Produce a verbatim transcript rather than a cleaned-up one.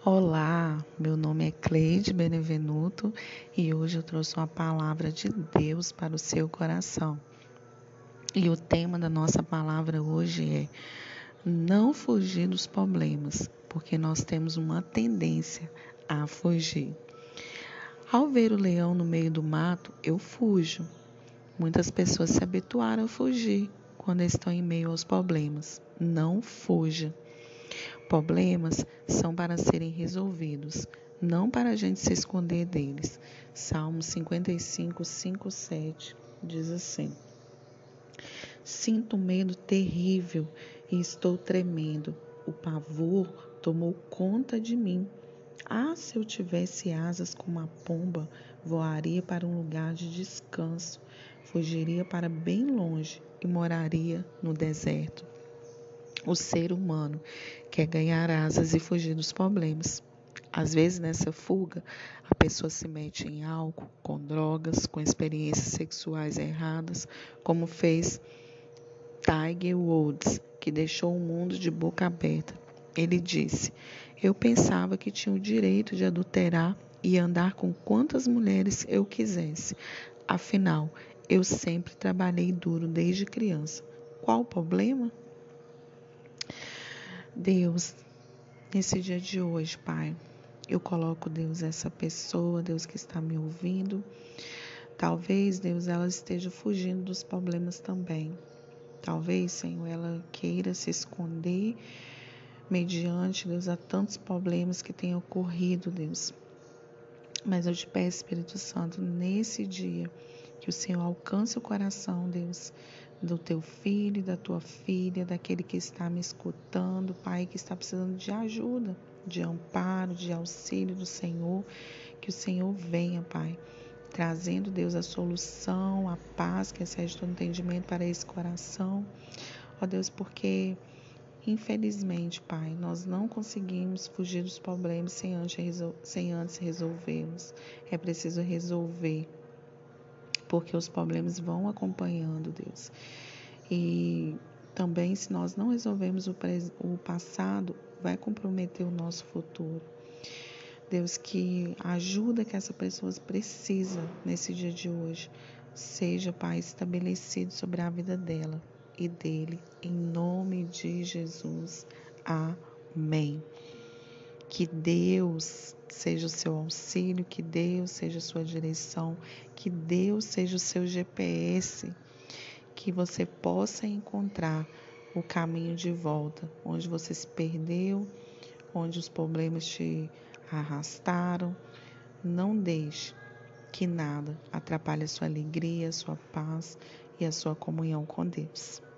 Olá, meu nome é Cleide Benevenuto e hoje eu trouxe uma palavra de Deus para o seu coração. E o tema da nossa palavra hoje é não fugir dos problemas, porque nós temos uma tendência a fugir. Ao ver o leão no meio do mato, eu fujo. Muitas pessoas se habituaram a fugir quando estão em meio aos problemas. Não fuja. Problemas são para serem resolvidos, não para a gente se esconder deles. Salmo cinquenta e cinco, cinco, sete diz assim: Sinto um medo terrível e estou tremendo. O pavor tomou conta de mim. Ah, se eu tivesse asas como a pomba, voaria para um lugar de descanso, fugiria para bem longe e moraria no deserto. O ser humano quer ganhar asas e fugir dos problemas. Às vezes, nessa fuga, a pessoa se mete em álcool, com drogas, com experiências sexuais erradas, como fez Tiger Woods, que deixou o mundo de boca aberta. Ele disse: Eu pensava que tinha o direito de adulterar e andar com quantas mulheres eu quisesse. Afinal, eu sempre trabalhei duro desde criança. Qual o problema? Deus, nesse dia de hoje, Pai, eu coloco, Deus, essa pessoa, Deus, que está me ouvindo. Talvez, Deus, ela esteja fugindo dos problemas também. Talvez, Senhor, ela queira se esconder mediante, Deus, a tantos problemas que têm ocorrido, Deus. Mas eu te peço, Espírito Santo, nesse dia, que o Senhor alcance o coração, Deus, do teu filho, da tua filha, daquele que está me escutando, Pai, que está precisando de ajuda, de amparo, de auxílio do Senhor. Que o Senhor venha, Pai, trazendo, Deus, a solução, a paz que excede todo entendimento para esse coração. Ó Deus, porque infelizmente, Pai, nós não conseguimos fugir dos problemas sem antes, sem antes resolvê-los. É preciso resolver, porque os problemas vão acompanhando, Deus. E também, se nós não resolvermos o, o passado, vai comprometer o nosso futuro. Deus, que ajuda que essa pessoa precisa nesse dia de hoje, seja, Pai, estabelecido sobre a vida dela e dele, em nome de Jesus. Amém. Que Deus seja o seu auxílio, que Deus seja a sua direção, que Deus seja o seu G P S, que você possa encontrar o caminho de volta, onde você se perdeu, onde os problemas te arrastaram. Não deixe que nada atrapalhe a sua alegria, a sua paz e a sua comunhão com Deus.